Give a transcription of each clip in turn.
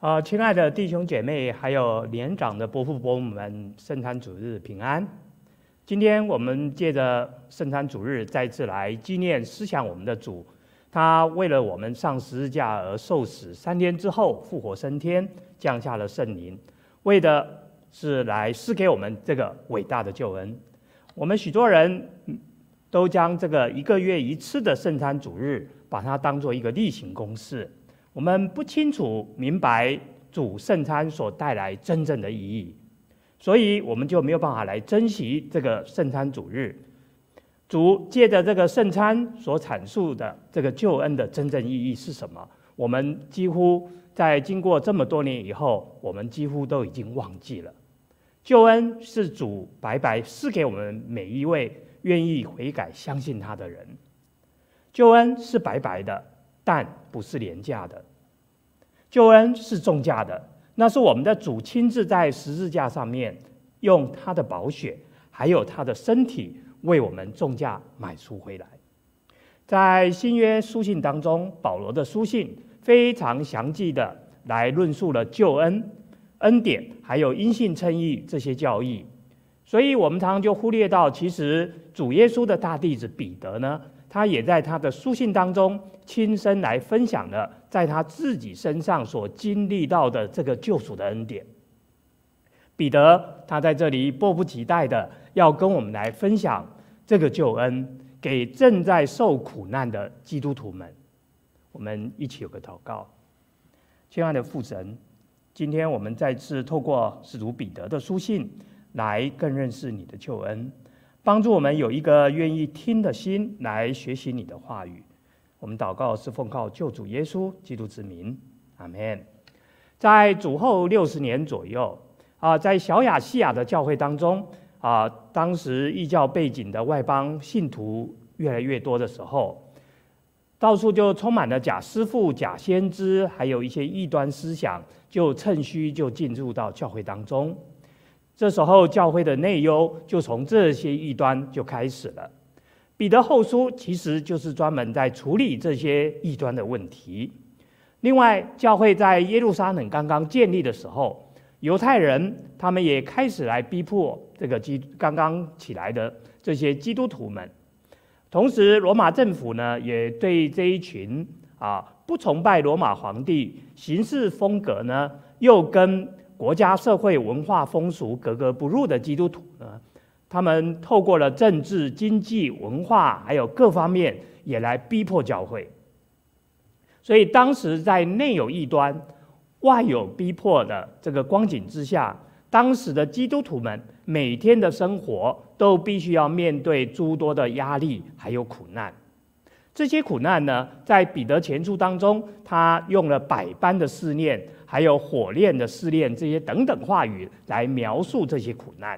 亲爱的弟兄姐妹，还有年长的伯父伯母们，圣餐主日平安。今天我们借着圣餐主日，再次来纪念思想我们的主，他为了我们上十字架而受死，3天之后复活升天，降下了圣灵，为的是来赐给我们这个伟大的救恩。我们许多人都将这个1个月1次的圣餐主日，把它当作一个例行公事。我们不清楚明白主圣餐所带来真正的意义，所以我们就没有办法来珍惜这个圣餐主日。主借着这个圣餐所阐述的这个救恩的真正意义是什么？我们几乎在经过这么多年以后，我们几乎都已经忘记了。救恩是主白白赐给我们每一位愿意悔改相信他的人。救恩是白白的，但不是廉价的。救恩是重价的，那是我们的主亲自在十字架上面用他的宝血还有他的身体为我们重价买赎回来。在新约书信当中，保罗的书信非常详细的来论述了救恩、恩典还有因信称义这些教义。所以我们常常就忽略到，其实主耶稣的大弟子彼得呢，他也在他的书信当中亲身来分享了在他自己身上所经历到的这个救赎的恩典。彼得他在这里迫不及待的要跟我们来分享这个救恩给正在受苦难的基督徒们。我们一起有个祷告。亲爱的父神，今天我们再次透过使徒彼得的书信来更认识你的救恩，帮助我们有一个愿意听的心来学习你的话语。我们祷告是奉靠救主耶稣基督之名，阿们。在主后60年左右在小亚细亚的教会当中当时异教背景的外邦信徒越来越多的时候，到处就充满了假师傅、假先知，还有一些异端思想，就趁虚就进入到教会当中。这时候教会的内忧就从这些异端就开始了。彼得后书其实就是专门在处理这些异端的问题。另外，教会在耶路撒冷刚刚建立的时候，犹太人他们也开始来逼迫这个刚刚起来的这些基督徒们。同时，罗马政府呢也对这一群不崇拜罗马皇帝、行事风格呢又跟国家社会文化风俗格格不入的基督徒呢，他们透过了政治、经济、文化还有各方面也来逼迫教会。所以当时在内有异端、外有逼迫的这个光景之下，当时的基督徒们每天的生活都必须要面对诸多的压力还有苦难。这些苦难呢，在彼得前书当中，他用了百般的试炼，还有火炼的试炼，这些等等话语来描述这些苦难。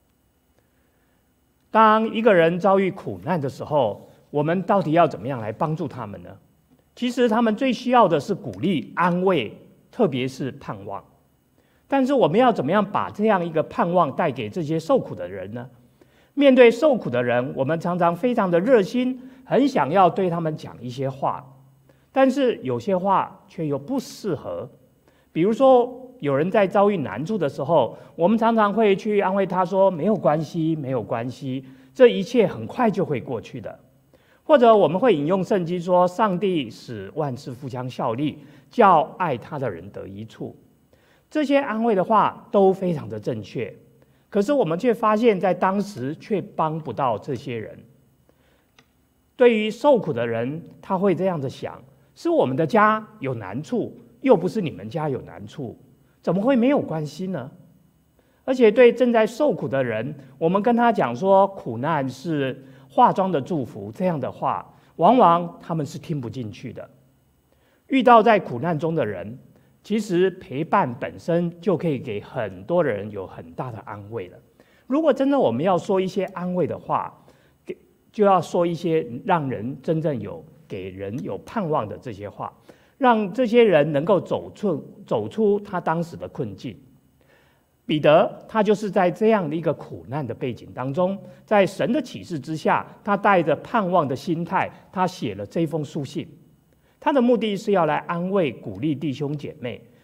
当一个人遭遇苦难的时候，我们到底要怎么样来帮助他们呢？其实他们最需要的是鼓励、安慰，特别是盼望。但是我们要怎么样把这样一个盼望带给这些受苦的人呢？面对受苦的人，我们常常非常的热心，很想要对他们讲一些话，但是有些话却又不适合。比如说，有人在遭遇难处的时候，我们常常会去安慰他说：“没有关系，没有关系，这一切很快就会过去的。”或者我们会引用圣经说：“上帝使万事互相效力，叫爱他的人得益处。”这些安慰的话都非常的正确，可是我们却发现在当时却帮不到这些人。对于受苦的人，他会这样的想：是我们的家有难处，又不是你们家有难处，怎么会没有关系呢？而且对正在受苦的人，我们跟他讲说苦难是化妆的祝福，这样的话往往他们是听不进去的。遇到在苦难中的人，其实陪伴本身就可以给很多人有很大的安慰了。如果真的我们要说一些安慰的话，就要说一些让人真正给人有盼望的这些话，让这些人能够走出他当时的困境。彼得他就是在这样的一个苦难的背景当中，在神的启示之下，他带着盼望的心态，他写了这封书信。他的目的是要来安慰、鼓励弟兄姐妹，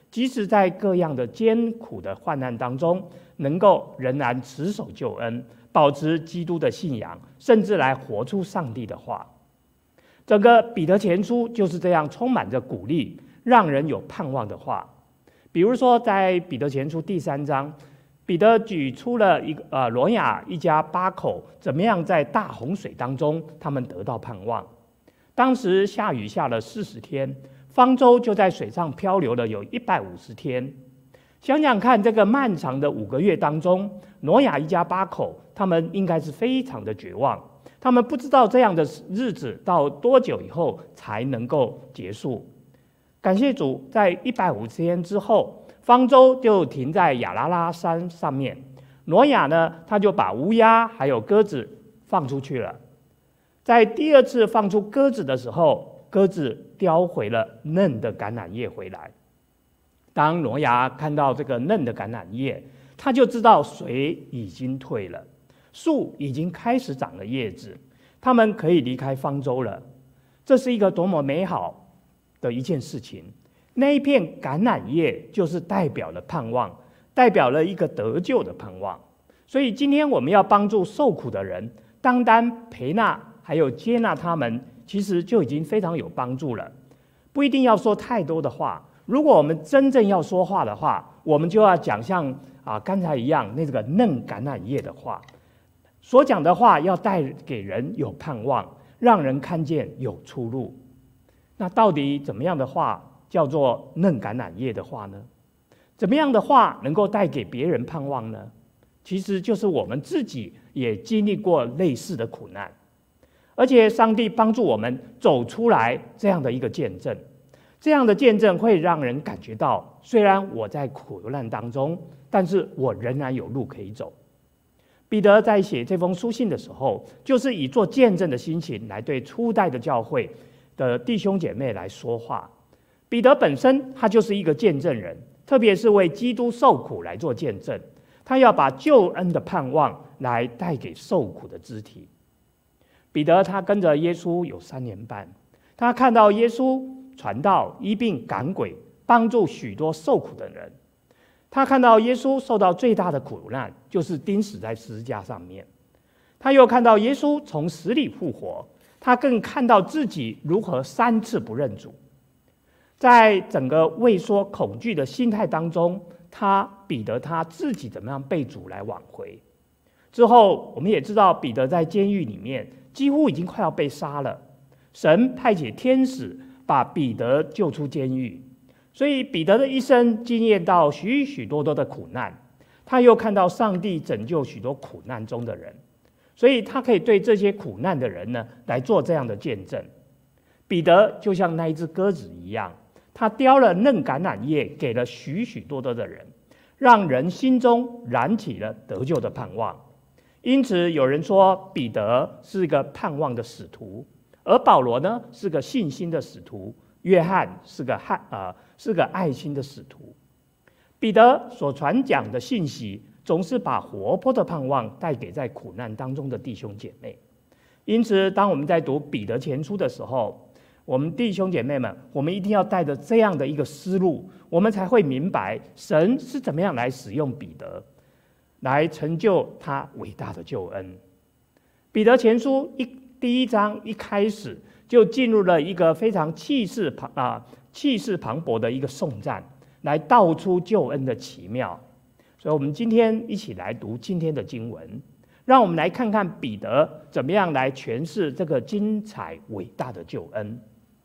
即使在各样的艰苦的患难当中，能够仍然持守救恩，保持基督的信仰，甚至来活出上帝的话。整个彼得前书就是这样充满着鼓励，让人有盼望的话。比如说，在彼得前书第3章，彼得举出了挪亚一家8口怎么样在大洪水当中，他们得到盼望。当时下雨下了40天，方舟就在水上漂流了有150天。想想看，这个漫长的5个月当中，挪亚一家8口，他们应该是非常的绝望。他们不知道这样的日子到多久以后才能够结束。感谢主，在150天之后，方舟就停在亚拉拉山上面。挪亚呢，他就把乌鸦还有鸽子放出去了。在第2次放出鸽子的时候，鸽子叼回了嫩的橄榄叶回来。当挪亚看到这个嫩的橄榄叶，他就知道水已经退了，树已经开始长了叶子，他们可以离开方舟了。这是一个多么美好的一件事情！那一片橄榄叶就是代表了盼望，代表了一个得救的盼望。所以今天我们要帮助受苦的人，单单陪纳还有接纳他们，其实就已经非常有帮助了。不一定要说太多的话，如果我们真正要说话的话，我们就要讲像刚才一样那个嫩橄榄叶的话，所讲的话要带给人有盼望，让人看见有出路。那到底怎么样的话叫做嫩橄榄叶的话呢？怎么样的话能够带给别人盼望呢？其实就是我们自己也经历过类似的苦难，而且上帝帮助我们走出来这样的一个见证。这样的见证会让人感觉到，虽然我在苦难当中，但是我仍然有路可以走。彼得在写这封书信的时候，就是以做见证的心情来对初代的教会的弟兄姐妹来说话。彼得本身他就是一个见证人，特别是为基督受苦来做见证，他要把救恩的盼望来带给受苦的肢体。彼得他跟着耶稣有3年半，他看到耶稣传道、医病、赶鬼，帮助许多受苦的人。他看到耶稣受到最大的苦难，就是钉死在十字架上面。他又看到耶稣从死里复活，他更看到自己如何3次不认主。在整个畏缩恐惧的心态当中，彼得他自己怎么样被主来挽回。之后我们也知道，彼得在监狱里面几乎已经快要被杀了，神派遣天使把彼得救出监狱。所以彼得的一生经验到许许多多的苦难，他又看到上帝拯救许多苦难中的人，所以他可以对这些苦难的人呢来做这样的见证。彼得就像那一只鸽子一样，他叼了嫩橄榄叶给了许许多多的人，让人心中燃起了得救的盼望。因此有人说彼得是一个盼望的使徒，而保罗呢是个信心的使徒，约翰是个爱心的使徒。彼得所传讲的信息总是把活泼的盼望带给在苦难当中的弟兄姐妹。因此当我们在读彼得前书的时候，我们弟兄姐妹们，我们一定要带着这样的一个思路，我们才会明白神是怎么样来使用彼得来成就他伟大的救恩。彼得前书第1章一开始就进入了一个非常气势磅礴的一个颂赞，来道出救恩的奇妙。所以我们今天一起来读今天的经文，让我们来看看彼得怎么样来诠释这个精彩伟大的救恩。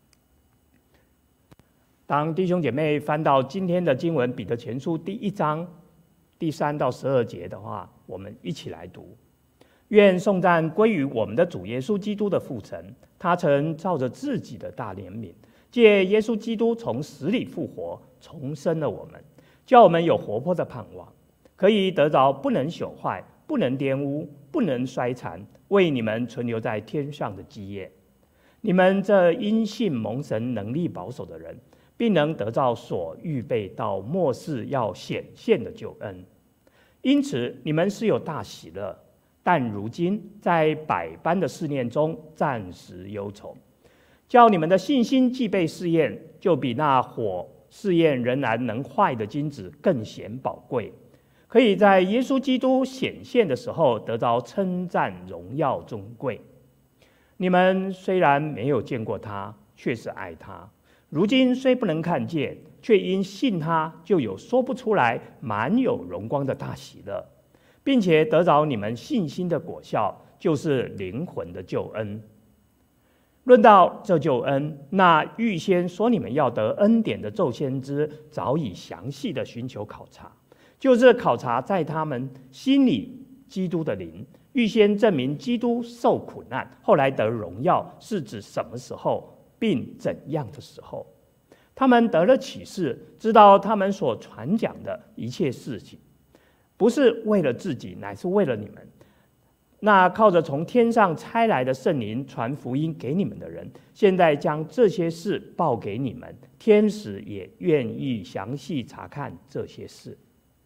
当弟兄姐妹翻到今天的经文彼得前书第1章第3到12节的话，我们一起来读。愿颂赞归于我们的主耶稣基督的父神，他曾照着自己的大怜悯，借耶稣基督从死里复活，重生了我们，叫我们有活泼的盼望，可以得着不能朽坏、不能玷污、不能衰残，为你们存留在天上的基业。你们这因信蒙神能力保守的人，并能得到所预备到末世要显现的救恩。因此你们是有大喜乐，但如今在百般的试炼中暂时忧愁，叫你们的信心既被试验，就比那火试验仍然能坏的金子更显宝贵，可以在耶稣基督显现的时候得着称赞、荣耀、尊贵。你们虽然没有见过他，却是爱他；如今虽不能看见，却因信他，就有说不出来、满有荣光的大喜乐，并且得着你们信心的果效，就是灵魂的救恩。论到这救恩，那预先说你们要得恩典的众先知，早已详细的寻求考察，就是考察在他们心里基督的灵，预先证明基督受苦难，后来得荣耀，是指什么时候，并怎样的时候。他们得了启示，知道他们所传讲的一切事情，不是为了自己，乃是为了你们。那靠着从天上差来的圣灵传福音给你们的人，现在将这些事报给你们，天使也愿意详细查看这些事。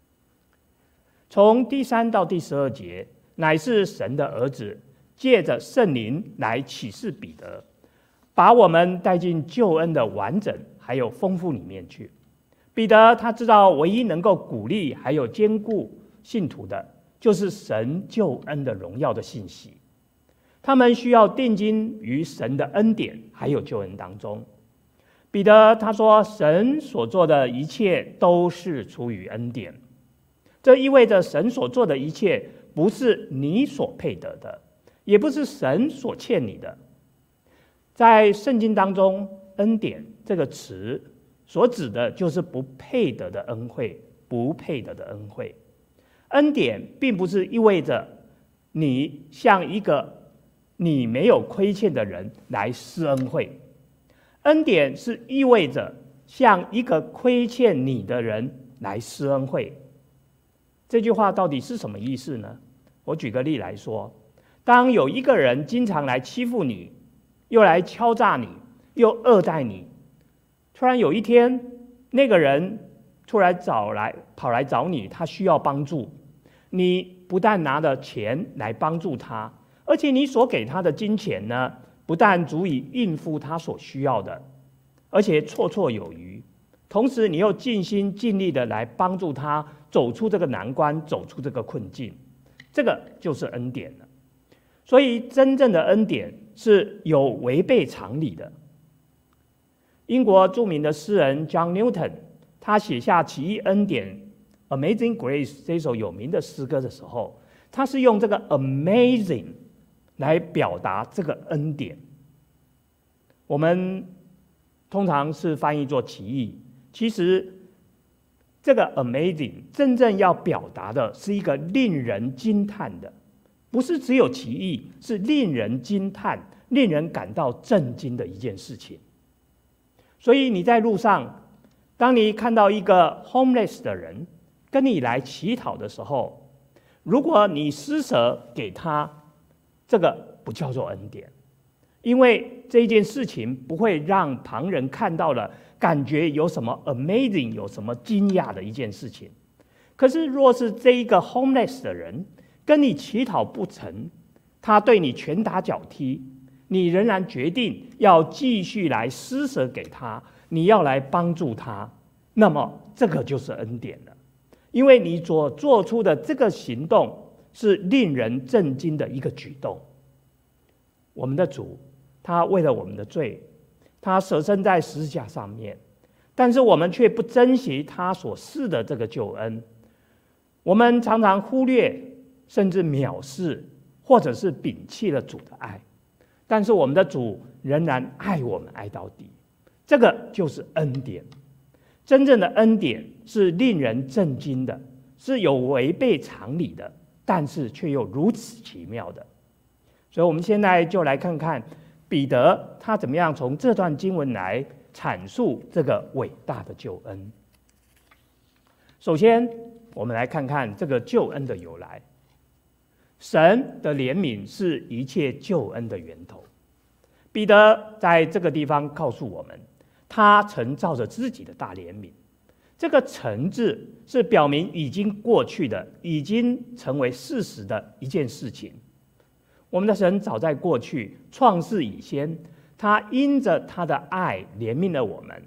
从第3到第12节，乃是神的儿子借着圣灵来启示彼得，把我们带进救恩的完整还有丰富里面去。彼得他知道，唯一能够鼓励还有坚固信徒的，就是神救恩的荣耀的信息。他们需要定睛于神的恩典还有救恩当中。彼得他说，神所做的一切都是出于恩典，这意味着神所做的一切不是你所配得的，也不是神所欠你的。在圣经当中，恩典这个词所指的就是不配得的恩惠，不配得的恩惠。恩典并不是意味着你向一个你没有亏欠的人来施恩惠，恩典是意味着向一个亏欠你的人来施恩惠。这句话到底是什么意思呢？我举个例来说，当有一个人经常来欺负你，又来敲诈你，又恶待你，突然有一天那个人突然跑来找你，他需要帮助，你不但拿了钱来帮助他，而且你所给他的金钱呢，不但足以应付他所需要的，而且绰绰有余，同时你又尽心尽力的来帮助他走出这个难关，走出这个困境，这个就是恩典了。所以真正的恩典是有违背常理的。英国著名的诗人 John Newton， 他写下奇异恩典 Amazing Grace 这首有名的诗歌的时候，他是用这个 amazing 来表达这个恩典。我们通常是翻译作奇异，其实这个 amazing 真正要表达的是一个令人惊叹的，不是只有奇异，是令人惊叹、令人感到震惊的一件事情。所以你在路上，当你看到一个 homeless 的人跟你来乞讨的时候，如果你施舍给他，这个不叫做恩典，因为这件事情不会让旁人看到了感觉有什么 amazing， 有什么惊讶的一件事情。可是若是这一个 homeless 的人跟你乞讨不成，他对你拳打脚踢，你仍然决定要继续来施舍给他，你要来帮助他，那么这个就是恩典了。因为你所做出的这个行动是令人震惊的一个举动。我们的主，他为了我们的罪，他舍身在十字架上面，但是我们却不珍惜他所赐的这个救恩。我们常常忽略，甚至藐视，或者是摒弃了主的爱。但是我们的主仍然爱我们，爱到底，这个就是恩典。真正的恩典是令人震惊的，是有违背常理的，但是却又如此奇妙的。所以我们现在就来看看彼得他怎么样从这段经文来阐述这个伟大的救恩。首先我们来看看这个救恩的由来。神的怜悯是一切救恩的源头。彼得在这个地方告诉我们，他曾照着自己的大怜悯。这个曾字是表明已经过去的，已经成为事实的一件事情。我们的神早在过去创世以前，他因着他的爱怜悯了我们，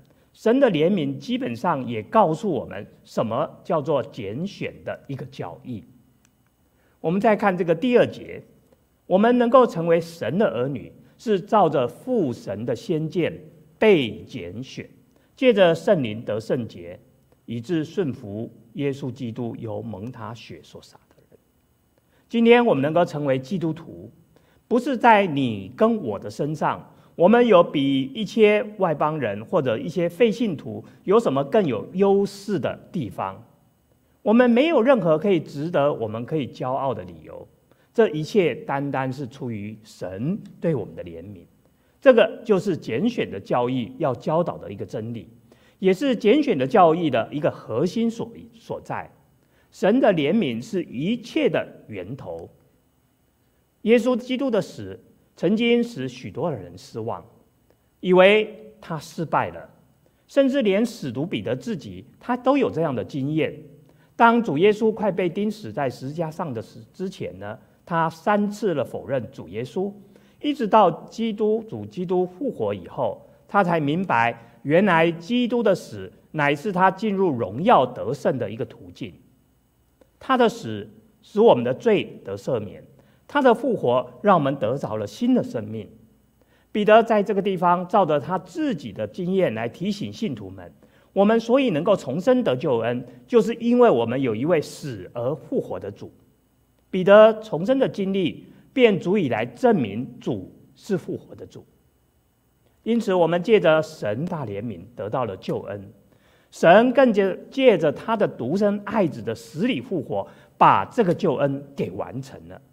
神的怜悯基本上也告诉我们什么叫做拣选的一个教义。我们再看这个第2节，我们能够成为神的儿女，是照着父神的先见被拣选，借着圣灵得圣洁，以致顺服耶稣基督由蒙他血所洒的人。今天我们能够成为基督徒，不是在你跟我的身上，我们有比一些外邦人或者一些非信徒有什么更有优势的地方。我们没有任何可以值得我们可以骄傲的理由，这一切单单是出于神对我们的怜悯。这个就是拣选的教义要教导的一个真理，也是拣选的教义的一个核心所在。神的怜悯是一切的源头。耶稣基督的死曾经使许多的人失望，以为他失败了，甚至连使徒彼得自己他都有这样的经验。当主耶稣快被钉死在十字架上的之前呢，他3次的否认主耶稣，一直到主基督复活以后，他才明白原来基督的死乃是他进入荣耀得胜的一个途径。他的死使我们的罪得赦免，他的复活让我们得着了新的生命。彼得在这个地方照着他自己的经验来提醒信徒们，我们所以能够重生得救恩，就是因为我们有一位死而复活的主。彼得重生的经历便足以来证明主是复活的主。因此我们借着神大怜悯得到了救恩，神更借着他的独生爱子的死里复活，把这个救恩给完成了。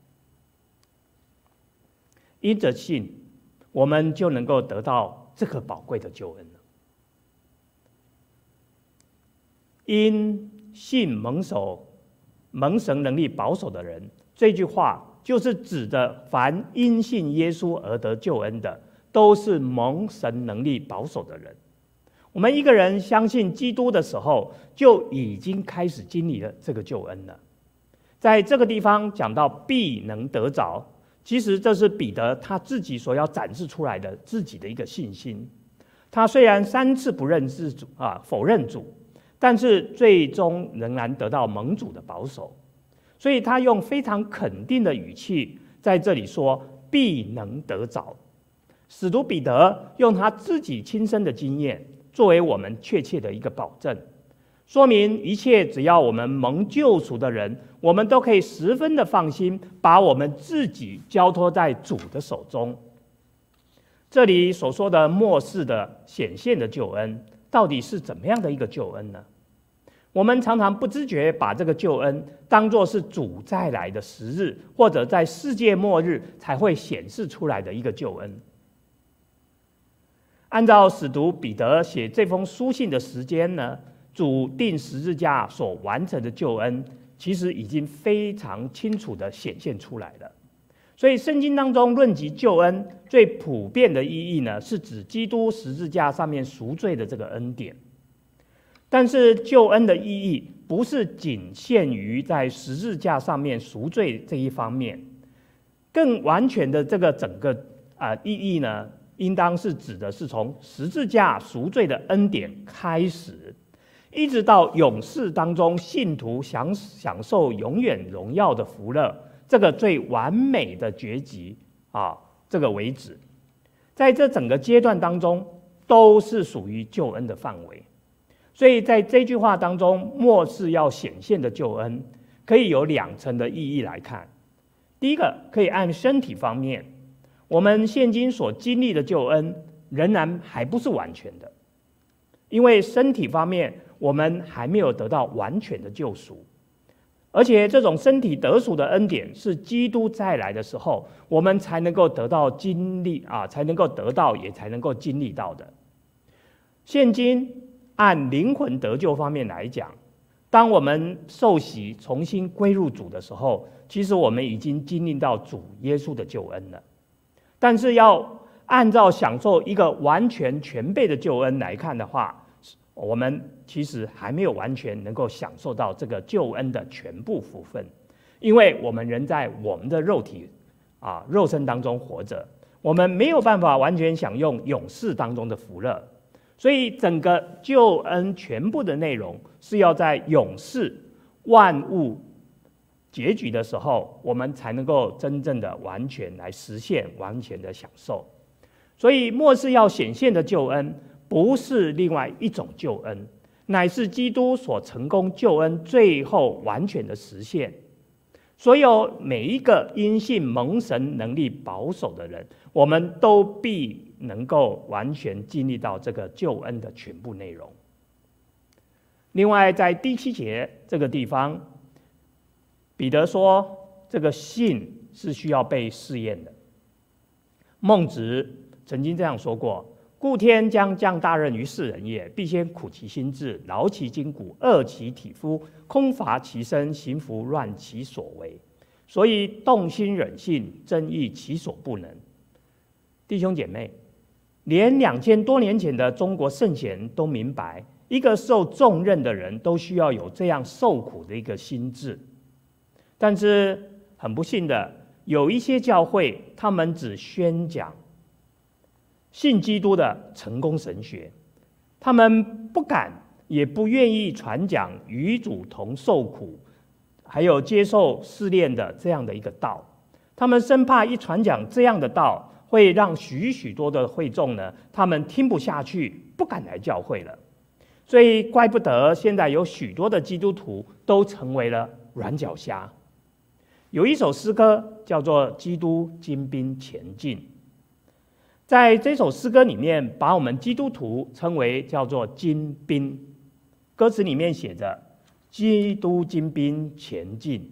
因着信，我们就能够得到这个宝贵的救恩了。因信蒙神能力保守的人，这句话就是指的凡因信耶稣而得救恩的，都是蒙神能力保守的人。我们一个人相信基督的时候，就已经开始经历了这个救恩了。在这个地方讲到必能得着，其实这是彼得他自己所要展示出来的自己的一个信心。他虽然3次不认识主否认主，但是最终仍然得到蒙主的保守，所以他用非常肯定的语气在这里说必能得着。使徒彼得用他自己亲身的经验作为我们确切的一个保证，说明一切只要我们蒙救赎的人，我们都可以十分的放心，把我们自己交托在主的手中。这里所说的末世的显现的救恩，到底是怎么样的一个救恩呢？我们常常不自觉把这个救恩当作是主再来的时日，或者在世界末日才会显示出来的一个救恩。按照使徒彼得写这封书信的时间呢，主钉十字架所完成的救恩，其实已经非常清楚地显现出来了。所以圣经当中论及救恩最普遍的意义呢，是指基督十字架上面赎罪的这个恩典。但是救恩的意义不是仅限于在十字架上面赎罪这一方面，更完全的这个整个意义呢，应当是指的是从十字架赎罪的恩典开始，一直到永世当中信徒享受永远荣耀的福乐，这个最完美的结局这个为止。在这整个阶段当中，都是属于救恩的范围。所以在这句话当中，末世要显现的救恩，可以有2层的意义来看。第一个，可以按身体方面，我们现今所经历的救恩仍然还不是完全的，因为身体方面我们还没有得到完全的救赎，而且这种身体得赎的恩典是基督再来的时候，我们才能够得到经历才能够得到，也才能够经历到的。现今按灵魂得救方面来讲，当我们受洗重新归入主的时候，其实我们已经经历到主耶稣的救恩了。但是要按照享受一个完全全备的救恩来看的话，我们其实还没有完全能够享受到这个救恩的全部福分，因为我们仍在我们的肉体肉身当中活着，我们没有办法完全享用永世当中的福乐。 所以整个救恩全部的内容是要在永世万物结局的时候，我们才能够真正的完全来实现，完全的享受。所以末世要显现的救恩，不是另外一种救恩，乃是基督所成功救恩最后完全的实现。所有每一个因信蒙神能力保守的人，我们都必能够完全经历到这个救恩的全部内容。另外，在第7节这个地方，彼得说，这个信是需要被试验的。孟子曾经这样说过：“故天将降大任于世人也，必先苦其心志，劳其筋骨，饿其体肤，空乏其身，行拂乱其所为。所以动心忍性，增益其所不能。”弟兄姐妹，连2000多年前的中国圣贤都明白，一个受重任的人都需要有这样受苦的一个心志。但是很不幸的，有一些教会，他们只宣讲信基督的成功神学，他们不敢也不愿意传讲与主同受苦，还有接受试炼的这样的一个道。他们生怕一传讲这样的道，会让许多的会众呢，他们听不下去，不敢来教会了。所以怪不得现在有许多的基督徒都成为了软脚虾。有一首诗歌叫做《基督精兵前进》，在这首诗歌里面，把我们基督徒称为叫做精兵。歌词里面写着：“基督精兵前进，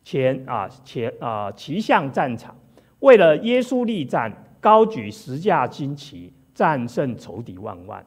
齐向战场，为了耶稣力战，高举十架旌旗，战胜仇敌万万。”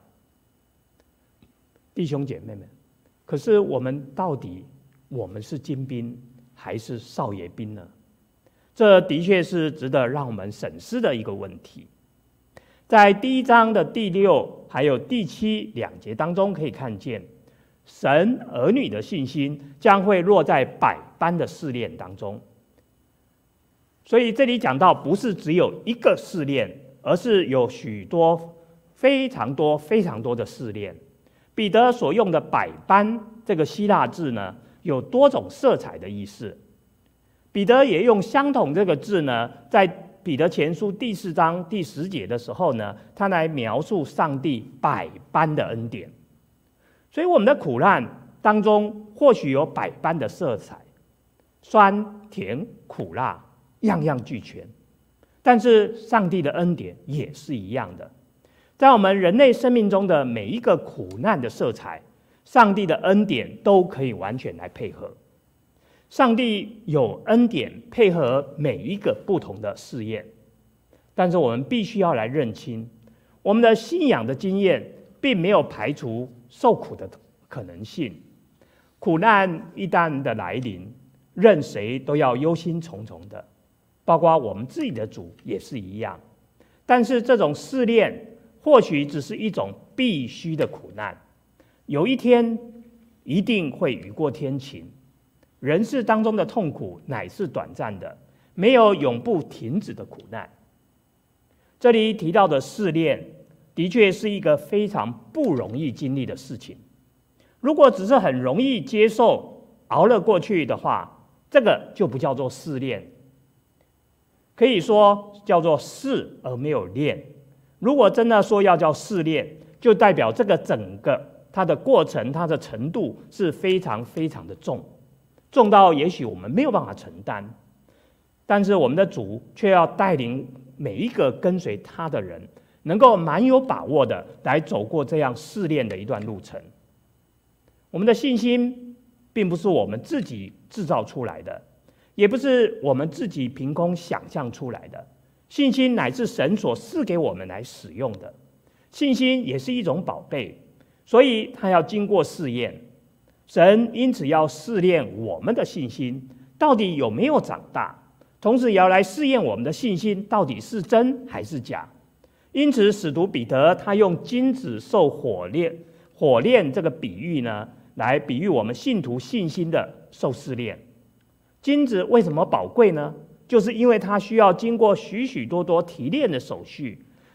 弟兄姐妹们，可是我们到底我们是精兵还是少爷兵呢？这的确是值得让我们审视的一个问题。在第1章的第6还有第7 2节当中，可以看见神儿女的信心将会落在百般的试炼当中。所以这里讲到，不是只有一个试炼，而是有许多非常多的试炼。彼得所用的百般这个希腊字呢，有多种色彩的意思。彼得也用相同这个字呢，在彼得前书第4章第10节的时候呢，他来描述上帝百般的恩典。所以我们的苦难当中或许有百般的色彩，酸甜苦辣样样俱全，但是上帝的恩典也是一样的。在我们人类生命中的每一个苦难的色彩，上帝的恩典都可以完全来配合。上帝有恩典配合每一个不同的试验，但是我们必须要来认清，我们的信仰的经验并没有排除受苦的可能性。苦难一旦的来临，任谁都要忧心忡忡的，包括我们自己的主也是一样。但是这种试炼或许只是一种必须的苦难，有一天一定会雨过天晴。人世当中的痛苦乃是短暂的，没有永不停止的苦难。这里提到的试炼，的确是一个非常不容易经历的事情。如果只是很容易接受，熬了过去的话，这个就不叫做试炼，可以说叫做试而没有练。如果真的说要叫试炼，就代表这个整个它的过程，它的程度是非常的重到也许我们没有办法承担。但是我们的主却要带领每一个跟随他的人，能够蛮有把握的来走过这样试炼的一段路程。我们的信心并不是我们自己制造出来的，也不是我们自己凭空想象出来的。信心乃是神所赐给我们来使用的，信心也是一种宝贝，所以它要经过试验。神因此要试炼我们的信心到底有没有长大，同时也要来试验我们的信心到底是真还是假。因此使徒彼得他用金子受火炼这个比喻呢，来比喻我们信徒信心的受试炼。金子为什么宝贵呢？就是因为它需要经过许多提炼的手续，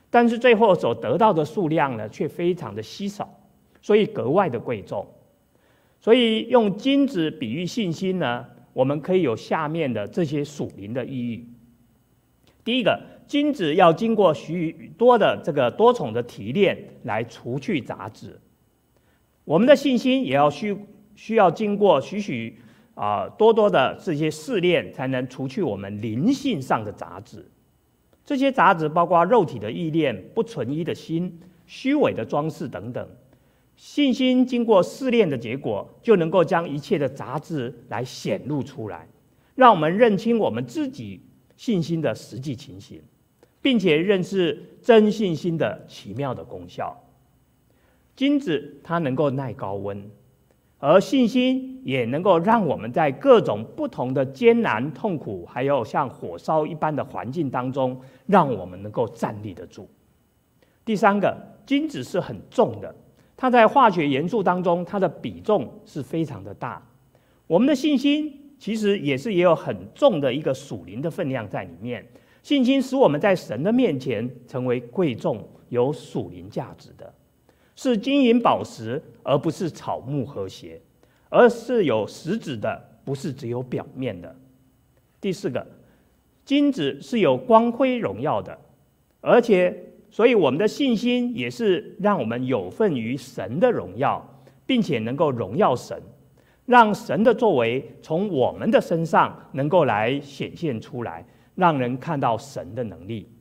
但是最后所得到的数量呢，却非常的稀少，所以格外的贵重。所以用金子比喻信心呢，我们可以有下面的这些属灵的意义。第一个，金子要经过许多的这个多重的提炼来除去杂质，我们的信心也要需要经过许多的这些试炼，才能除去我们灵性上的杂质。这些杂质包括肉体的意念、不纯一的心、虚伪的装饰等等。信心经过试炼的结果，就能够将一切的杂质来显露出来，让我们认清我们自己信心的实际情形，并且认识真信心的奇妙的功效。金子它能够耐高温，而信心也能够让我们在各种不同的艰难、痛苦，还有像火烧一般的环境当中，让我们能够站立得住。第三个，金子是很重的，它在化学元素当中，它的比重是非常的大。我们的信心其实也有很重的一个属灵的分量在里面。信心使我们在神的面前成为贵重、有属灵价值的，是金银宝石，而不是草木和谐，而是有实质的，不是只有表面的。第四个，金子是有光辉荣耀的，而且所以我们的信心也是让我们有份于神的荣耀，并且能够荣耀神，让神的作为从我们的身上能够来显现出来，让人看到神的能力。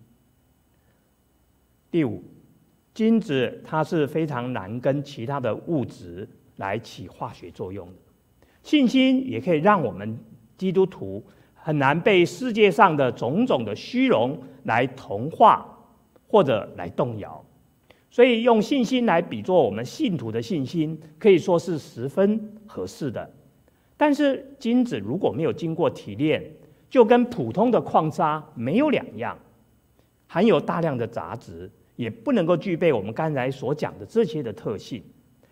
第五，金子它是非常难跟其他的物质来起化学作用的。信心也可以让我们基督徒很难被世界上的种种的虚荣来同化或者来动摇，所以用信心来比作我们信徒的信心，可以说是十分合适的。但是金子如果没有经过提炼，就跟普通的矿砂没有两样，含有大量的杂质，也不能够具备我们刚才所讲的这些的特性。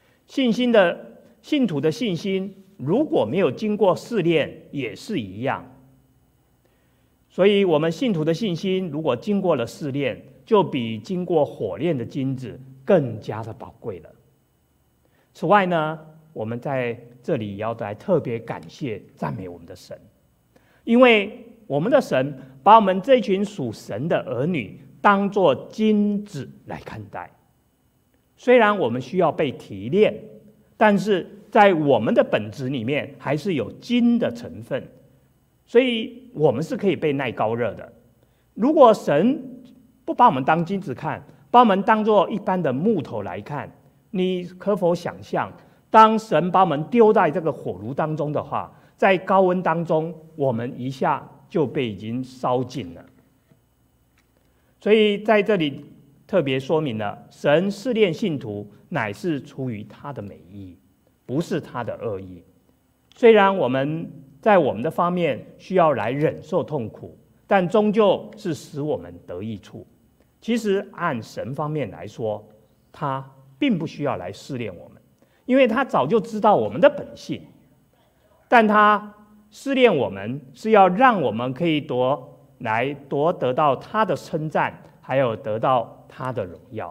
信徒的信心如果没有经过试炼，也是一样。所以我们信徒的信心如果经过了试炼，就比经过火炼的金子更加的宝贵了。此外呢，我们在这里也要来特别感谢赞美我们的神，因为我们的神把我们这群属神的儿女当作金子来看待。虽然我们需要被提炼，但是在我们的本质里面还是有金的成分，所以我们是可以被耐高热的。如果神不把我们当金子看，把我们当作一般的木头来看，你可否想象，当神把我们丢在这个火炉当中的话，在高温当中，我们一下就被已经烧尽了。所以在这里特别说明了，神试炼信徒乃是出于他的美意，不是他的恶意。虽然我们在我们的方面需要来忍受痛苦，但终究是使我们得益处。其实按神方面来说，他并不需要来试炼我们，因为他早就知道我们的本性。但他试炼我们，是要让我们可以得到他的称赞，还有得到他的荣耀。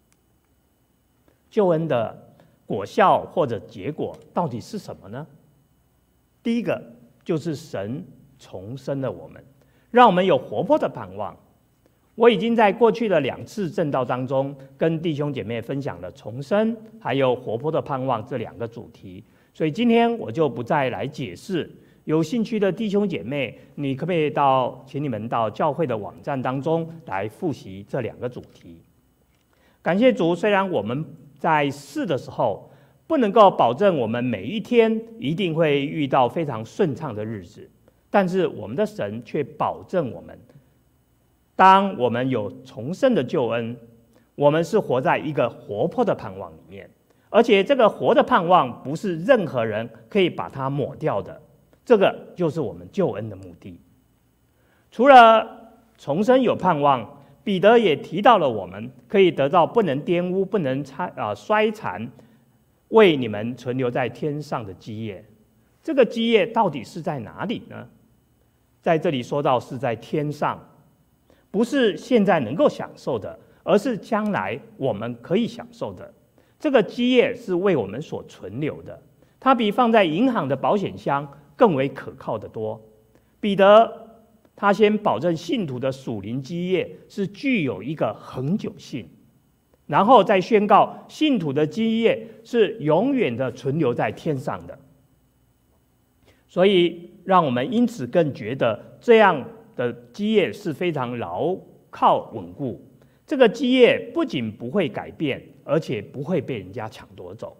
救恩的果效或者结果到底是什么呢？第一个就是神重生了我们，让我们有活泼的盼望。我已经在过去的2次证道当中，跟弟兄姐妹分享了重生还有活泼的盼望这2个主题，所以今天我就不再来解释。有兴趣的弟兄姐妹，你可不可以请你们到教会的网站当中来复习这2个主题。感谢主，虽然我们在试的时候不能够保证我们每一天一定会遇到非常顺畅的日子，但是我们的神却保证我们，当我们有重生的救恩，我们是活在一个活泼的盼望里面，而且这个活的盼望不是任何人可以把它抹掉的，这个就是我们救恩的目的。除了重生有盼望，彼得也提到了我们可以得到不能玷污、不能衰残，为你们存留在天上的基业。这个基业到底是在哪里呢？在这里说到是在天上，不是现在能够享受的， 而是将来我们可以享受的。这个基业是为我们所存留的，它比放在银行的保险箱更为可靠得多。彼得他先保证信徒的属灵基业是具有一个恒久性，然后再宣告信徒的基业是永远的存留在天上的。所以让我们因此更觉得这样的基业是非常牢靠稳固。这个基业不仅不会改变，而且不会被人家抢夺走。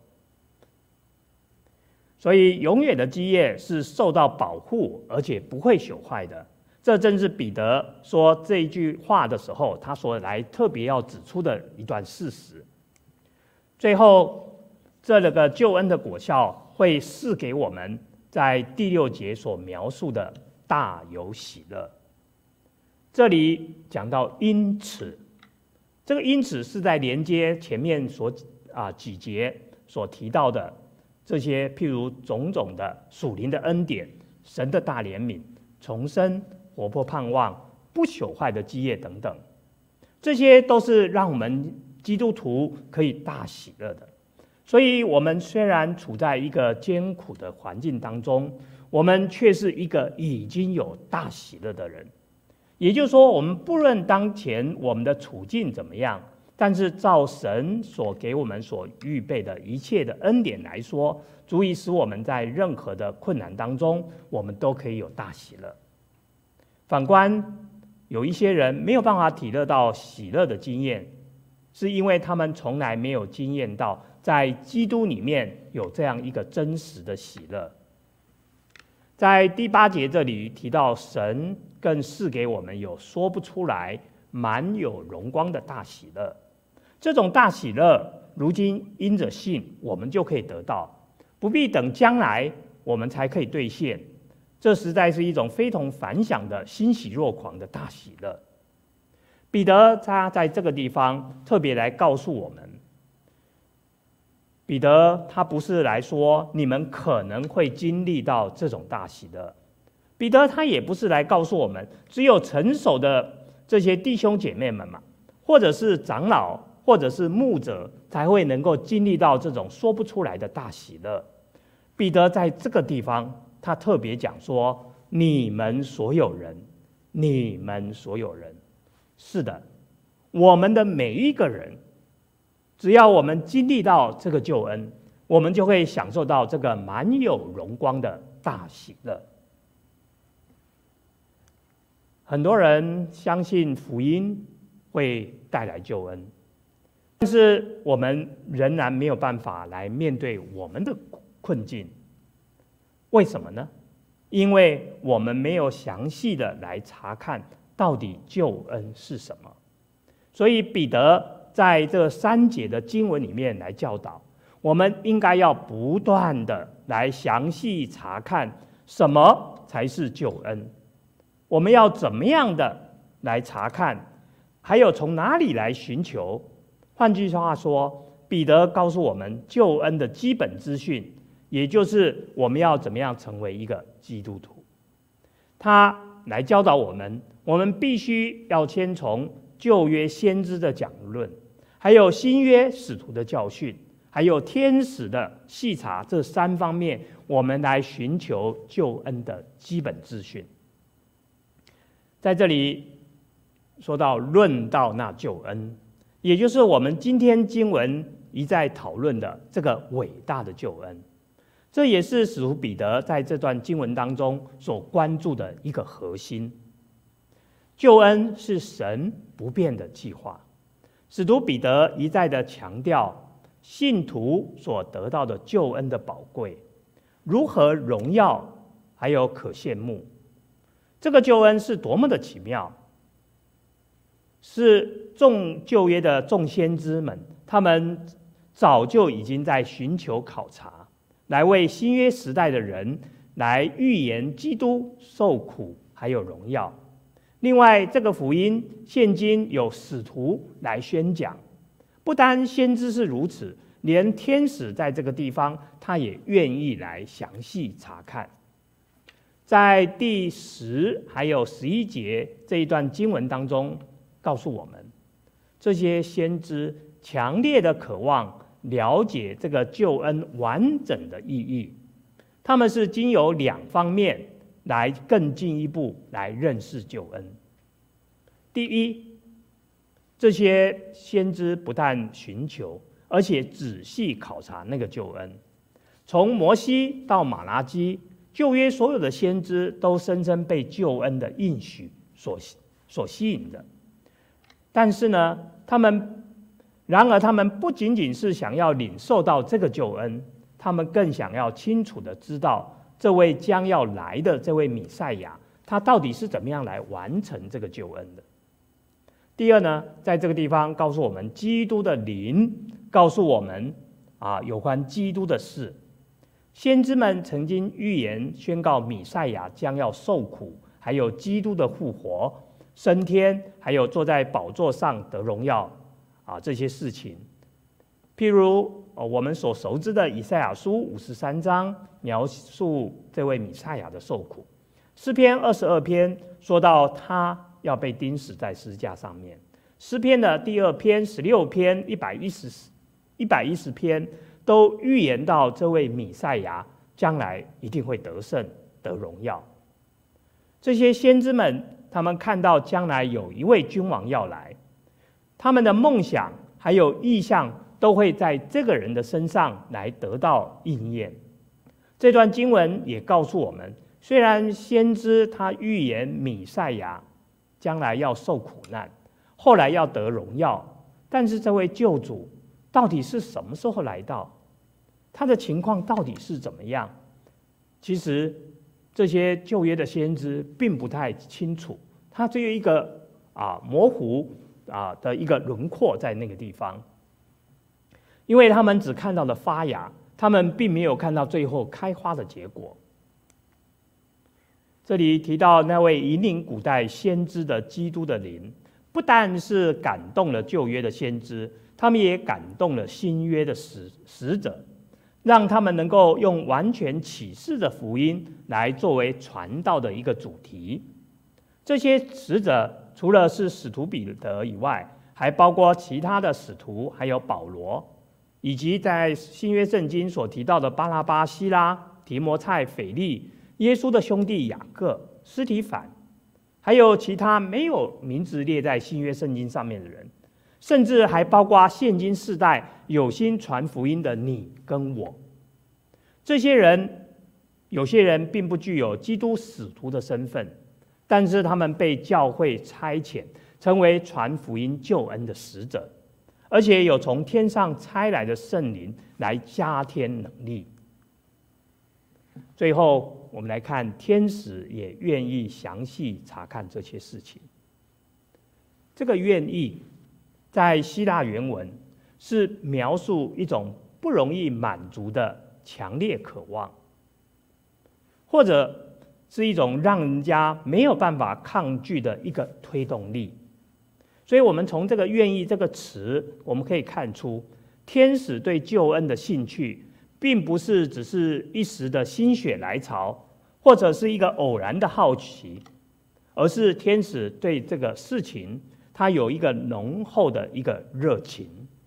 所以永远的基业是受到保护，而且不会朽坏的。这正是彼得说这一句话的时候，他所来特别要指出的一段事实。最后，这个救恩的果效会赐给我们在第6节所描述的大有喜乐。这里讲到因此，这个因此是在连接前面几节所提到的这些，譬如种种的属灵的恩典、神的大怜悯、重生、活泼盼望、不朽坏的基业等等，这些都是让我们基督徒可以大喜乐的。所以我们虽然处在一个艰苦的环境当中，我们却是一个已经有大喜乐的人。也就是说，我们不论当前我们的处境怎么样，但是照神所给我们所预备的一切的恩典来说，足以使我们在任何的困难当中，我们都可以有大喜乐。反观有一些人没有办法体乐到喜乐的经验，是因为他们从来没有经验到在基督里面有这样一个真实的喜乐。在第8节这里提到，神更赐给我们有说不出来、满有荣光的大喜乐。这种大喜乐，如今因着信，我们就可以得到，不必等将来我们才可以兑现。这实在是一种非同凡响的欣喜若狂的大喜乐。彼得他在这个地方特别来告诉我们，彼得他不是来说你们可能会经历到这种大喜乐，彼得他也不是来告诉我们只有成熟的这些弟兄姐妹们嘛，或者是长老，或者是牧者才会能够经历到这种说不出来的大喜乐。彼得在这个地方他特别讲说，你们所有人，你们所有人，是的，我们的每一个人，只要我们经历到这个救恩，我们就会享受到这个满有荣光的大喜乐。很多人相信福音会带来救恩，但是我们仍然没有办法来面对我们的困境。为什么呢？因为我们没有详细的来查看到底救恩是什么。所以彼得在这3节的经文里面来教导我们，应该要不断的来详细查看什么才是救恩，我们要怎么样的来查看，还有从哪里来寻求。换句话说，彼得告诉我们救恩的基本资讯，也就是我们要怎么样成为一个基督徒。他来教导我们，我们必须要先从旧约先知的讲论，还有新约使徒的教训，还有天使的细查，这3方面，我们来寻求救恩的基本资讯。在这里说到论到那救恩，也就是我们今天经文一再讨论的这个伟大的救恩。这也是使徒彼得在这段经文当中所关注的一个核心。救恩是神不变的计划。使徒彼得一再的强调信徒所得到的救恩的宝贵，如何荣耀，还有可羡慕。这个救恩是多么的奇妙，是众旧约的众先知们，他们早就已经在寻求考察，来为新约时代的人来预言基督受苦还有荣耀。另外，这个福音现今有使徒来宣讲，不单先知是如此，连天使在这个地方他也愿意来详细查看。在第10还有11节这一段经文当中告诉我们， 这些先知强烈的渴望了解这个救恩完整的意义，他们是经由两方面来更进一步来认识救恩。第一，这些先知不但寻求，而且仔细考察那个救恩。从摩西到马拉基，旧约所有的先知都深深被救恩的应许所吸引的。但是呢，然而他们不仅仅是想要领受到这个救恩，他们更想要清楚的知道这位将要来的这位弥赛亚，他到底是怎么样来完成这个救恩的。第二呢，在这个地方告诉我们基督的灵，告诉我们有关基督的事。先知们曾经预言宣告弥赛亚将要受苦，还有基督的复活、升天，还有坐在宝座上得荣耀这些事情。譬如我们所熟知的以赛亚书53章描述这位弥赛亚的受苦，诗篇22篇说到他要被钉死在十字架上面，诗篇的第2篇、16篇、110篇都预言到这位弥赛亚将来一定会得胜得荣耀。这些先知们，他们看到将来有一位君王要来，他们的梦想还有意向都会在这个人的身上来得到应验。这段经文也告诉我们，虽然先知他预言弥赛亚将来要受苦难，后来要得荣耀，但是这位救主到底是什么时候来到？他的情况到底是怎么样？其实这些旧约的先知并不太清楚，他只有一个模糊的一个轮廓在那个地方，因为他们只看到了发芽，他们并没有看到最后开花的结果。这里提到那位引领古代先知的基督的灵，不但是感动了旧约的先知，他们也感动了新约的使者，让他们能够用完全启示的福音来作为传道的一个主题。这些使者除了是使徒彼得以外，还包括其他的使徒，还有保罗，以及在新约圣经所提到的巴拉巴、希拉、提摩太、腓利、耶稣的兄弟雅各、司提反，还有其他没有名字列在新约圣经上面的人，甚至还包括现今世代有心传福音的你跟我。这些人，有些人并不具有基督使徒的身份，但是他们被教会差遣，成为传福音救恩的使者，而且有从天上差来的圣灵来加添能力。最后我们来看，天使也愿意详细查看这些事情。这个愿意在希腊原文是描述一种不容易满足的强烈渴望，或者是一种让人家没有办法抗拒的一个推动力。所以我们从这个愿意这个词，我们可以看出天使对救恩的兴趣并不是只是一时的心血来潮，或者是一个偶然的好奇，而是天使对这个事情他有一个浓厚的一个热情。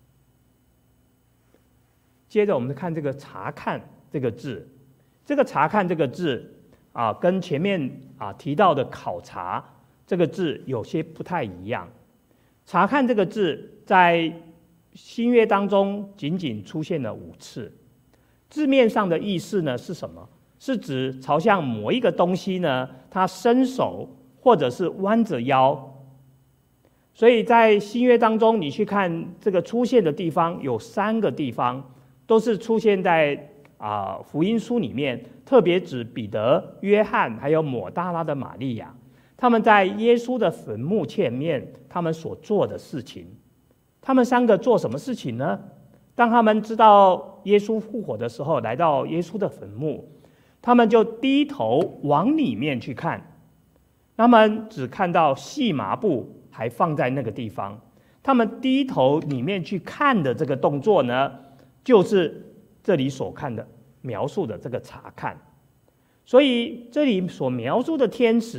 接着我们看这个查看这个字，这个查看这个字跟前面提到的考察这个字有些不太一样。查看这个字在新约当中仅仅出现了5次，字面上的意思呢是什么？是指朝向某一个东西呢，他伸手或者是弯着腰。所以在新约当中，你去看这个出现的地方有3个地方，都是出现在福音书里面，特别指彼得、约翰还有抹大拉的玛利亚，他们在耶稣的坟墓前面他们所做的事情。他们3个做什么事情呢？当他们知道耶稣复活的时候，来到耶稣的坟墓，他们就低头往里面去看，他们只看到细麻布还放在那个地方。他们低头里面去看的这个动作呢，就是这里所看的描述的这个查看。所以这里所描述的天使，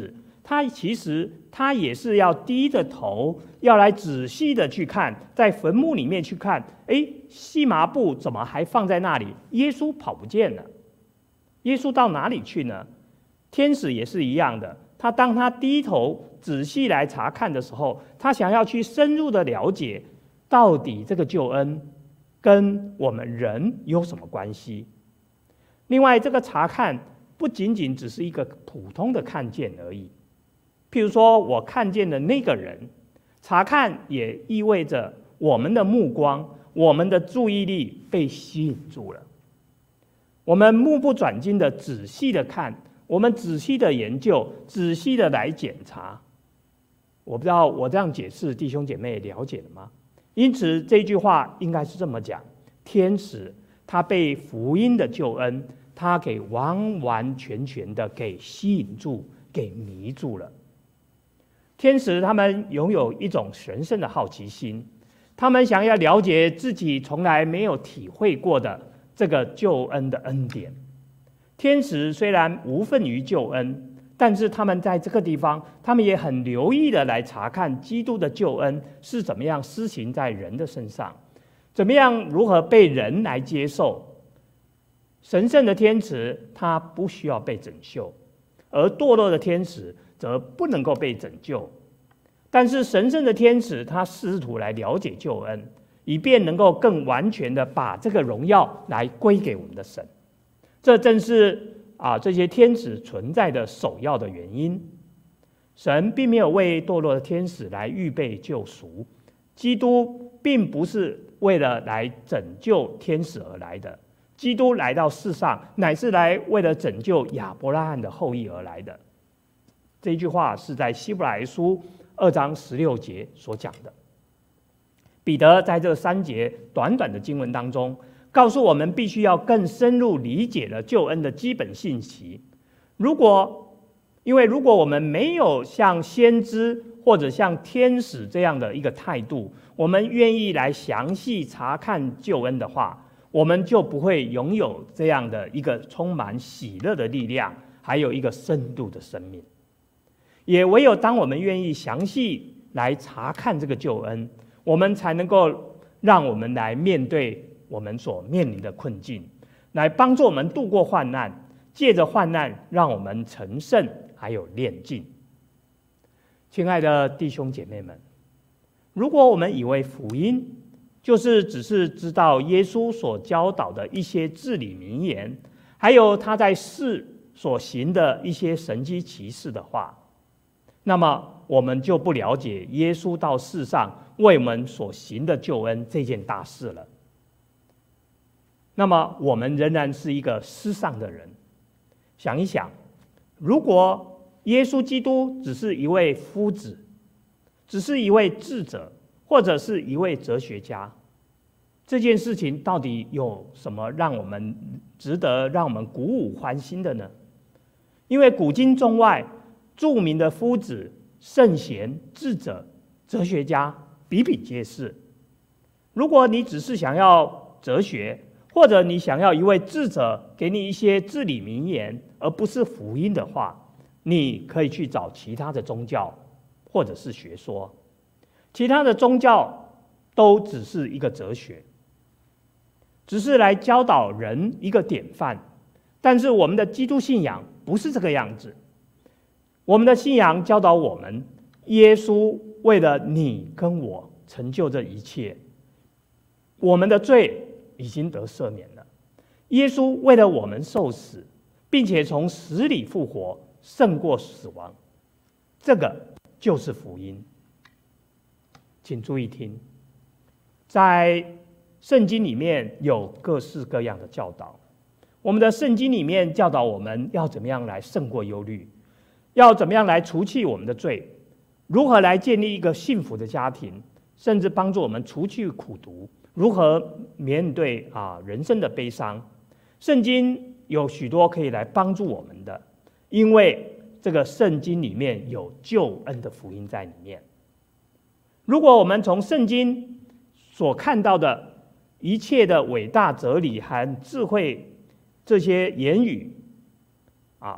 其实他也是要低着头，要来仔细的去看，在坟墓里面去看，细麻布怎么还放在那里？耶稣跑不见了，耶稣到哪里去呢？天使也是一样的，当他低头仔细来查看的时候，他想要去深入的了解，到底这个救恩跟我们人有什么关系？另外，这个查看不仅仅只是一个普通的看见而已。譬如说，我看见的那个人，查看也意味着我们的目光、我们的注意力被吸引住了。我们目不转睛的仔细的看，我们仔细的研究，仔细的来检查。我不知道我这样解释，弟兄姐妹了解了吗？因此，这句话应该是这么讲：天使他被福音的救恩，他给完完全全的给吸引住，给迷住了。天使他们拥有一种神圣的好奇心，他们想要了解自己从来没有体会过的这个救恩的恩典。天使虽然无份于救恩，但是他们在这个地方，他们也很留意的来查看基督的救恩是怎么样施行在人的身上，怎么样如何被人来接受。神圣的天使他不需要被拯救，而堕落的天使则不能够被拯救。但是神圣的天使他试图来了解救恩，以便能够更完全的把这个荣耀来归给我们的神。这正是这些天使存在的首要的原因。神并没有为堕落的天使来预备救赎，基督并不是为了来拯救天使而来的，基督来到世上乃是来为了拯救亚伯拉罕的后裔而来的。这句话是在希伯来书2章16节所讲的。彼得在这3节短短的经文当中，告诉我们必须要更深入理解了救恩的基本信息。因为如果我们没有像先知或者像天使这样的一个态度，我们愿意来详细查看救恩的话，我们就不会拥有这样的一个充满喜乐的力量，还有一个深度的生命。也唯有当我们愿意详细来查看这个救恩，我们才能够让我们来面对我们所面临的困境，来帮助我们度过患难，借着患难让我们成圣还有炼净。亲爱的弟兄姐妹们，如果我们以为福音只是知道耶稣所教导的一些至理名言，还有他在世所行的一些神迹奇事的话，那么我们就不了解耶稣到世上为我们所行的救恩这件大事了。那么我们仍然是一个失丧的人。想一想，如果耶稣基督只是一位夫子，只是一位智者，或者是一位哲学家，这件事情到底有什么值得让我们鼓舞欢欣的呢？因为古今中外著名的夫子、圣贤、智者、哲学家比比皆是。如果你只是想要哲学，或者你想要一位智者给你一些至理名言，而不是福音的话，你可以去找其他的宗教或者是学说。其他的宗教都只是一个哲学，只是来教导人一个典范。但是我们的基督信仰不是这个样子。我们的信仰教导我们，耶稣为了你跟我成就这一切，我们的罪已经得赦免了。耶稣为了我们受死，并且从死里复活，胜过死亡，这个就是福音。请注意听，在圣经里面有各式各样的教导。我们的圣经里面教导我们要怎么样来胜过忧虑，要怎么样来除去我们的罪，如何来建立一个幸福的家庭，甚至帮助我们除去苦毒，如何面对人生的悲伤。圣经有许多可以来帮助我们的，因为这个圣经里面有救恩的福音在里面。如果我们从圣经所看到的一切的伟大哲理和智慧这些言语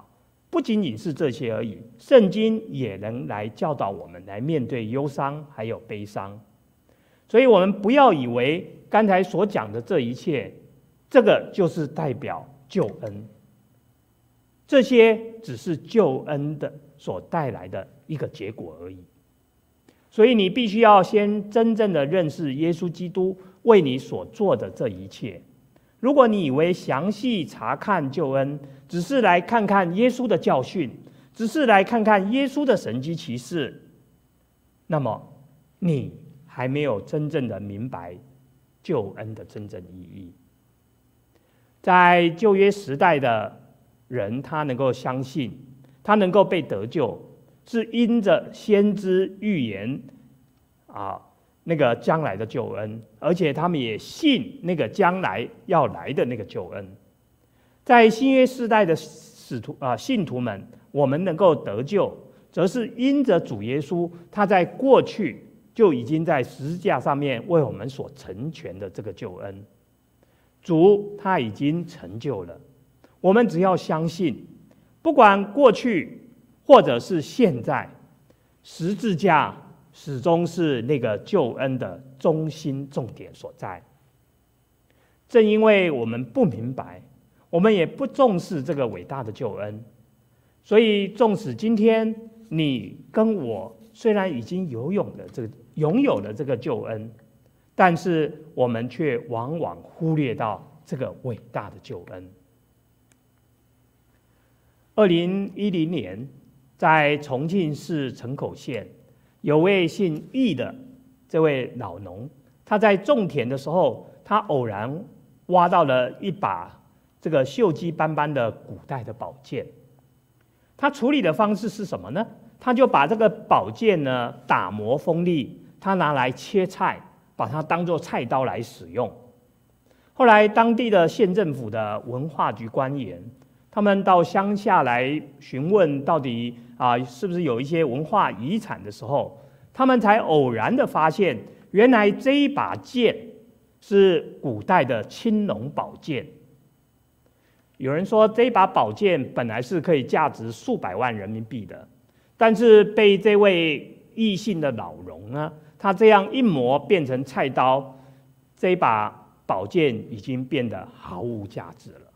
不仅仅是这些而已，圣经也能来教导我们来面对忧伤还有悲伤。所以我们不要以为刚才所讲的这一切，这个就是代表救恩，这些只是救恩的所带来的一个结果而已。所以你必须要先真正的认识耶稣基督为你所做的这一切。如果你以为详细查看救恩，只是来看看耶稣的教训，只是来看看耶稣的神迹奇事，那么你还没有真正的明白救恩的真正意义。在旧约时代的人，他能够相信，他能够被得救，是因着先知预言那个将来的救恩，而且他们也信那个将来要来的那个救恩。在新约时代的信徒们，我们能够得救，则是因着主耶稣，他在过去就已经在十字架上面为我们所成全的这个救恩。主他已经成就了，我们只要相信，不管过去或者是现在，十字架始终是那个救恩的中心重点所在。正因为我们不明白，我们也不重视这个伟大的救恩，所以纵使今天你跟我虽然已经拥有了这个救恩，但是我们却往往忽略到这个伟大的救恩。2010年，在重庆市城口县，有位姓易的这位老农，他在种田的时候，他偶然挖到了一把这个锈迹斑斑的古代的宝剑。他处理的方式是什么呢？他就把这个宝剑呢打磨锋利，他拿来切菜，把它当作菜刀来使用。后来当地的县政府的文化局官员，他们到乡下来询问到底是不是有一些文化遗产的时候，他们才偶然的发现，原来这一把剑是古代的青龙宝剑。有人说这一把宝剑本来是可以价值数百万人民币的，但是被这位异姓的老农呢，他这样一磨变成菜刀，这一把宝剑已经变得毫无价值了。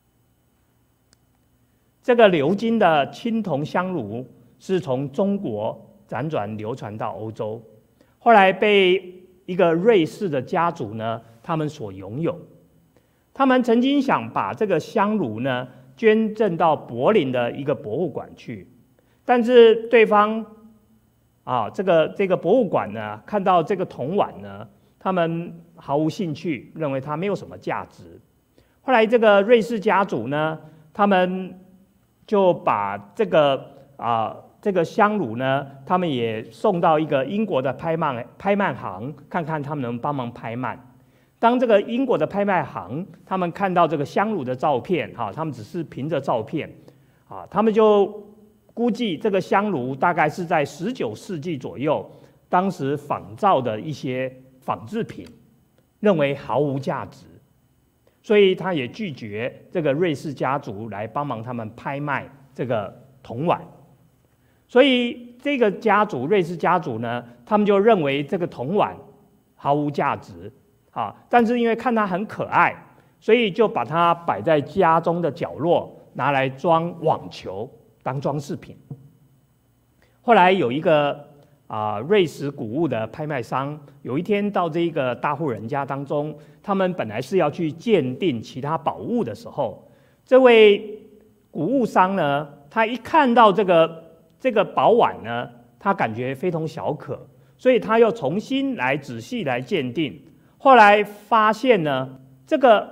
这个鎏金的青铜香炉是从中国辗转流传到欧洲，后来被一个瑞士的家族呢，他们所拥有。他们曾经想把这个香炉呢捐赠到柏林的一个博物馆去，但是对方这个博物馆呢，看到这个铜碗呢，他们毫无兴趣，认为它没有什么价值。后来这个瑞士家族呢，他们就把这个香炉呢，他们也送到一个英国的拍卖行，看看他们能帮忙拍卖。当这个英国的拍卖行他们看到这个香炉的照片，他们只是凭着照片，他们就估计这个香炉大概是在19世纪左右，当时仿造的一些仿制品，认为毫无价值，所以他也拒绝这个瑞士家族来帮忙他们拍卖这个铜碗。所以这个家族，瑞士家族呢，他们就认为这个铜碗毫无价值但是因为看它很可爱，所以就把它摆在家中的角落，拿来装网球当装饰品。后来有一个瑞士古物的拍卖商，有一天到这个大户人家当中，他们本来是要去鉴定其他宝物的时候，这位古物商呢，他一看到这个宝碗呢，他感觉非同小可，所以他又重新来仔细来鉴定。后来发现呢，这个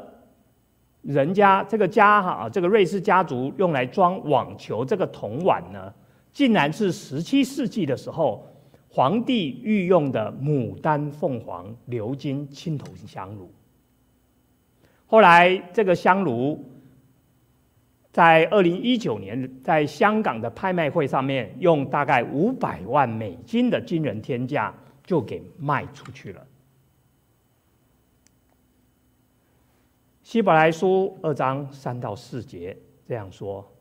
瑞士家族用来装网球这个铜碗呢，竟然是17世纪的时候皇帝御用的牡丹凤凰鎏金青铜香炉。后来这个香炉在2019年在香港的拍卖会上面，用大概500万美金的惊人天价就给卖出去了。希伯来书2章3到4节这样说：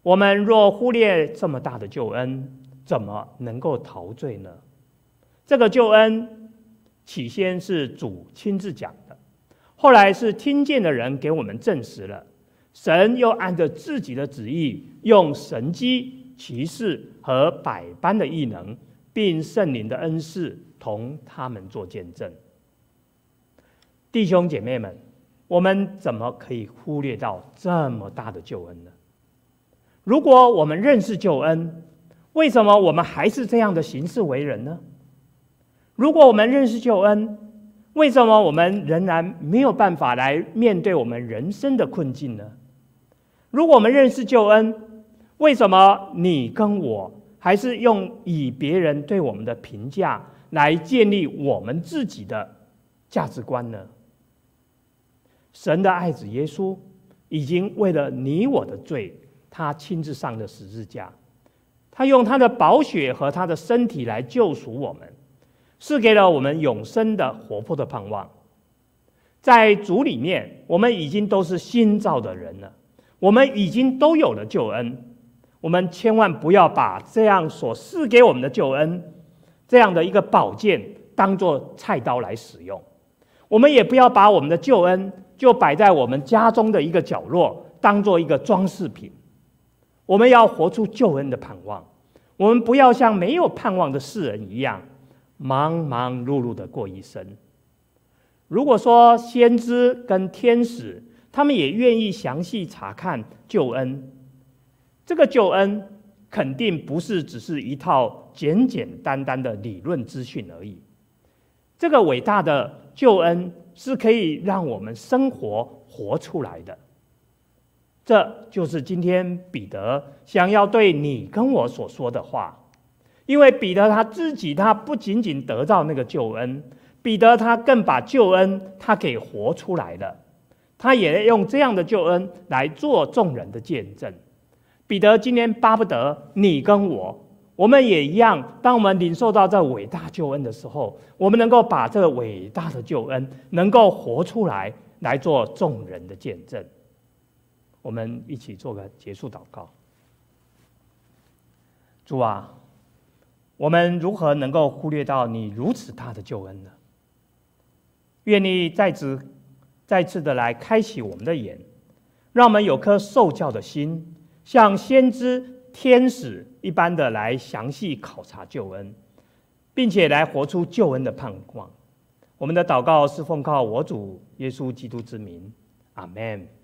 我们若忽略这么大的救恩，怎么能够陶醉呢？这个救恩起先是主亲自讲的，后来是听见的人给我们证实了，神又按着自己的旨意，用神迹、奇事和百般的异能，并圣灵的恩赐，同他们做见证。弟兄姐妹们，我们怎么可以忽略到这么大的救恩呢？如果我们认识救恩，为什么我们还是这样的行事为人呢？如果我们认识救恩，为什么我们仍然没有办法来面对我们人生的困境呢？如果我们认识救恩，为什么你跟我还是用以别人对我们的评价来建立我们自己的价值观呢？神的爱子耶稣已经为了你我的罪，他亲自上了十字架，他用他的宝血和他的身体来救赎我们，是给了我们永生的活泼的盼望。在主里面，我们已经都是新造的人了，我们已经都有了救恩。我们千万不要把这样所赐给我们的救恩，这样的一个宝剑当作菜刀来使用。我们也不要把我们的救恩就摆在我们家中的一个角落，当作一个装饰品。我们要活出救恩的盼望，我们不要像没有盼望的世人一样忙忙碌碌的过一生。如果说先知跟天使他们也愿意详细查看救恩，这个救恩肯定不是只是一套简简单单的理论资讯而已。这个伟大的救恩是可以让我们生活出来的。这就是今天彼得想要对你跟我所说的话。因为彼得他自己，他不仅仅得到那个救恩，彼得他更把救恩他给活出来了。他也用这样的救恩来做众人的见证。彼得今天巴不得你跟我们也一样，当我们领受到这伟大救恩的时候，我们能够把这个伟大的救恩能够活出来，来做众人的见证。我们一起做个结束祷告。主啊，我们如何能够忽略到你如此大的救恩呢？愿你再次的来开启我们的眼，让我们有颗受教的心，像先知天使一般的来详细考察救恩，并且来活出救恩的盼望。我们的祷告是奉靠我主耶稣基督之名，阿们。